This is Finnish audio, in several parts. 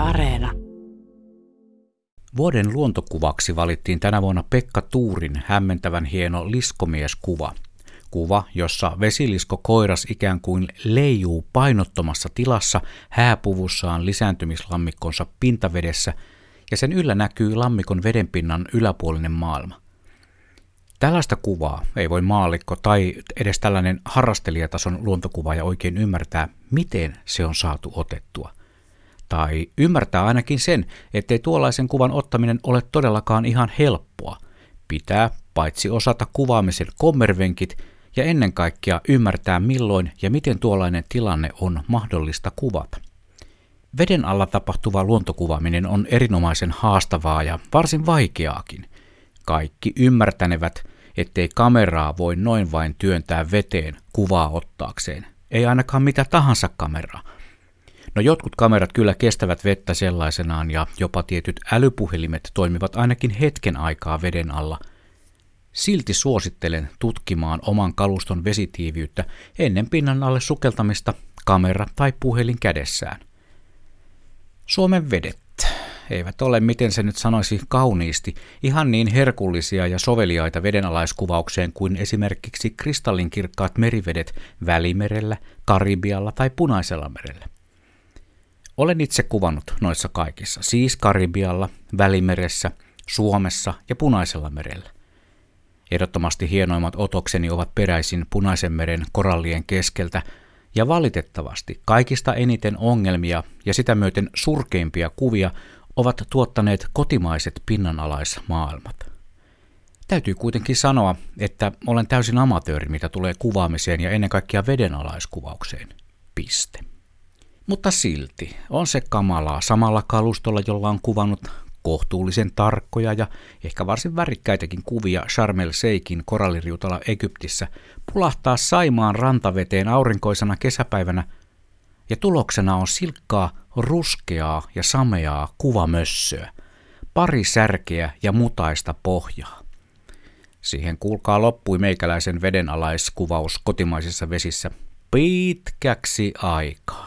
Areena. Vuoden luontokuvaksi valittiin tänä vuonna Pekka Tuurin hämmentävän hieno liskomieskuva. Kuva, jossa vesilisko-koiras ikään kuin leijuu painottomassa tilassa hääpuvussaan lisääntymislammikkonsa pintavedessä ja sen yllä näkyy lammikon vedenpinnan yläpuolinen maailma. Tällaista kuvaa ei voi maallikko tai edes tällainen harrastelijatason luontokuvaaja oikein ymmärtää, miten se on saatu otettua. Tai ymmärtää ainakin sen, ettei tuollaisen kuvan ottaminen ole todellakaan ihan helppoa. Pitää paitsi osata kuvaamisen kommervenkit ja ennen kaikkea ymmärtää milloin ja miten tuollainen tilanne on mahdollista kuvata. Veden alla tapahtuva luontokuvaaminen on erinomaisen haastavaa ja varsin vaikeaakin. Kaikki ymmärtänevät, ettei kameraa voi noin vain työntää veteen kuvaa ottaakseen. Ei ainakaan mitä tahansa kameraa. No jotkut kamerat kyllä kestävät vettä sellaisenaan ja jopa tietyt älypuhelimet toimivat ainakin hetken aikaa veden alla. Silti suosittelen tutkimaan oman kaluston vesitiiviyttä ennen pinnan alle sukeltamista kamera tai puhelin kädessään. Suomen vedet eivät ole, miten se nyt sanoisi kauniisti, ihan niin herkullisia ja soveliaita vedenalaiskuvaukseen kuin esimerkiksi kristallinkirkkaat merivedet Välimerellä, Karibialla tai Punaisella merellä. Olen itse kuvannut noissa kaikissa, siis Karibialla, Välimeressä, Suomessa ja Punaisella merellä. Ehdottomasti hienoimmat otokseni ovat peräisin Punaisen meren korallien keskeltä, ja valitettavasti kaikista eniten ongelmia ja sitä myöten surkeimpia kuvia ovat tuottaneet kotimaiset pinnanalaismaailmat. Täytyy kuitenkin sanoa, että olen täysin amatööri, mitä tulee kuvaamiseen ja ennen kaikkea vedenalaiskuvaukseen. Piste. Mutta silti on se kamalaa samalla kalustolla, jolla on kuvannut kohtuullisen tarkkoja ja ehkä varsin värikkäitäkin kuvia Sharm el-Sheikhin koralliriutalla Egyptissä, pulahtaa Saimaan rantaveteen aurinkoisena kesäpäivänä ja tuloksena on silkkaa, ruskeaa ja sameaa kuvamössöä, pari särkeä ja mutaista pohjaa. Siihen kuulkaa loppui meikäläisen vedenalaiskuvaus kotimaisissa vesissä pitkäksi aikaa.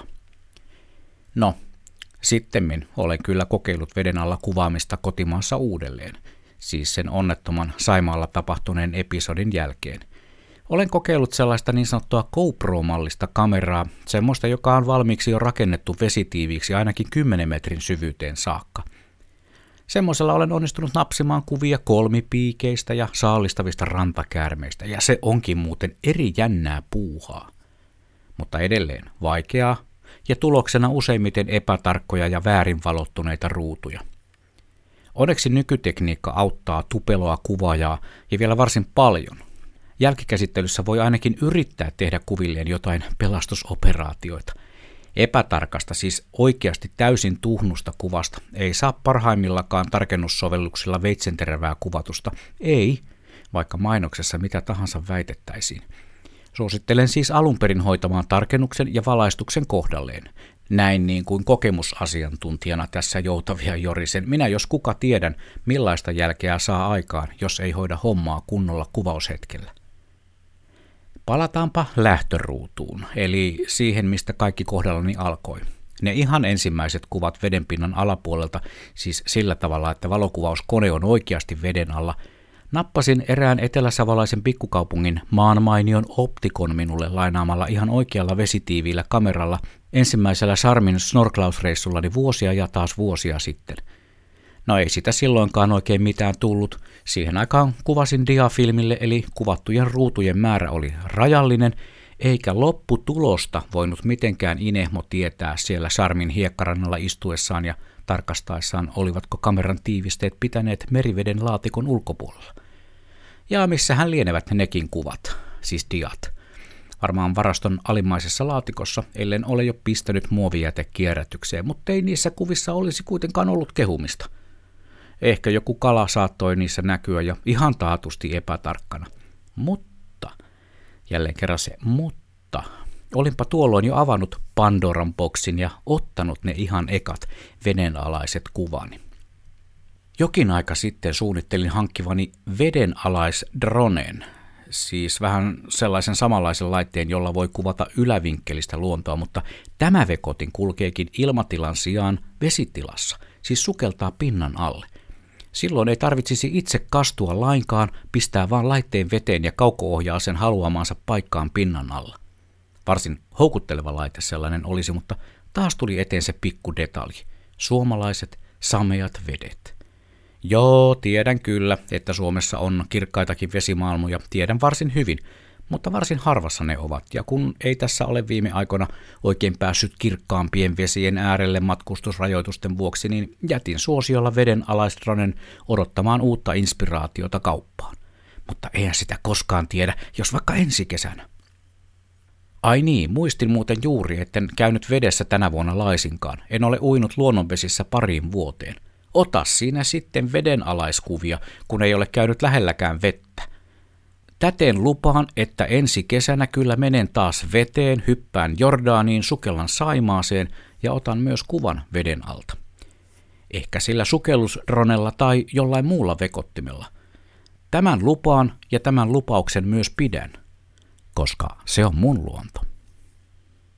No, sittemmin olen kyllä kokeillut veden alla kuvaamista kotimaassa uudelleen, siis sen onnettoman Saimaalla tapahtuneen episodin jälkeen. Olen kokeillut sellaista niin sanottua GoPro-mallista kameraa, semmoista, joka on valmiiksi jo rakennettu vesitiiviiksi ainakin 10 metrin syvyyteen saakka. Semmoisella olen onnistunut napsimaan kuvia kolmipiikeistä ja saalistavista rantakäärmeistä, ja se onkin muuten eri jännää puuhaa. Mutta edelleen vaikeaa, ja tuloksena useimmiten epätarkkoja ja väärin valottuneita ruutuja. Onneksi nykytekniikka auttaa tupeloa kuvaajaa ja vielä varsin paljon. Jälkikäsittelyssä voi ainakin yrittää tehdä kuvilleen jotain pelastusoperaatioita. Epätarkasta, siis oikeasti täysin tuhnusta kuvasta, ei saa parhaimmillakaan tarkennussovelluksilla veitsenterävää kuvatusta. Ei, vaikka mainoksessa mitä tahansa väitettäisiin. Suosittelen siis alun perin hoitamaan tarkennuksen ja valaistuksen kohdalleen. Näin niin kuin kokemusasiantuntijana tässä joutavia jorisen. Minä jos kuka tiedän, millaista jälkeä saa aikaan, jos ei hoida hommaa kunnolla kuvaushetkellä. Palataanpa lähtöruutuun, eli siihen, mistä kaikki kohdallani alkoi. Ne ihan ensimmäiset kuvat vedenpinnan alapuolelta, siis sillä tavalla, että valokuvauskone on oikeasti veden alla, nappasin erään eteläsavolaisen pikkukaupungin maanmainion optikon minulle lainaamalla ihan oikealla vesitiiviillä kameralla ensimmäisellä Sharmin snorklausreissullani vuosia ja taas vuosia sitten. No ei sitä silloinkaan oikein mitään tullut. Siihen aikaan kuvasin diafilmille, eli kuvattujen ruutujen määrä oli rajallinen, eikä lopputulosta voinut mitenkään inehmo tietää siellä Sharmin hiekkarannalla istuessaan ja tarkastaessaan, olivatko kameran tiivisteet pitäneet meriveden laatikon ulkopuolella. Ja missähän lienevät nekin kuvat, siis diat. Varmaan varaston alimmaisessa laatikossa, ellen ole jo pistänyt muovijäte kierrätykseen, mutta ei niissä kuvissa olisi kuitenkaan ollut kehumista. Ehkä joku kala saattoi niissä näkyä ja ihan taatusti epätarkkana. Mutta, jälleen kerran se mutta, olinpa tuolloin jo avannut Pandoran boksin ja ottanut ne ihan ekat vedenalaiset kuvani. Jokin aika sitten suunnittelin hankkivani vedenalaisdronen, siis vähän sellaisen samanlaisen laitteen, jolla voi kuvata ylävinkkelistä luontoa, mutta tämä vekotin kulkeekin ilmatilan sijaan vesitilassa, siis sukeltaa pinnan alle. Silloin ei tarvitsisi itse kastua lainkaan, pistää vaan laitteen veteen ja kauko-ohjaa sen haluamaansa paikkaan pinnan alla. Varsin houkutteleva laite sellainen olisi, mutta taas tuli eteen se pikku detalji. Suomalaiset sameat vedet. Joo, tiedän kyllä, että Suomessa on kirkkaitakin vesimaailmoja, tiedän varsin hyvin, mutta varsin harvassa ne ovat, ja kun ei tässä ole viime aikoina oikein päässyt kirkkaampien vesien äärelle matkustusrajoitusten vuoksi, niin jätin suosiolla vedenalaistronen odottamaan uutta inspiraatiota kauppaan. Mutta eihän sitä koskaan tiedä, jos vaikka ensi kesänä. Ai niin, muistin muuten juuri, etten käynyt vedessä tänä vuonna laisinkaan. En ole uinut luonnonvesissä pariin vuoteen. Ota siinä sitten vedenalaiskuvia, kun ei ole käynyt lähelläkään vettä. Täten lupaan, että ensi kesänä kyllä menen taas veteen, hyppään Jordaaniin, sukellan Saimaaseen ja otan myös kuvan veden alta. Ehkä sillä sukellusdronella tai jollain muulla vekottimella. Tämän lupaan ja tämän lupauksen myös pidän, koska se on mun luonto.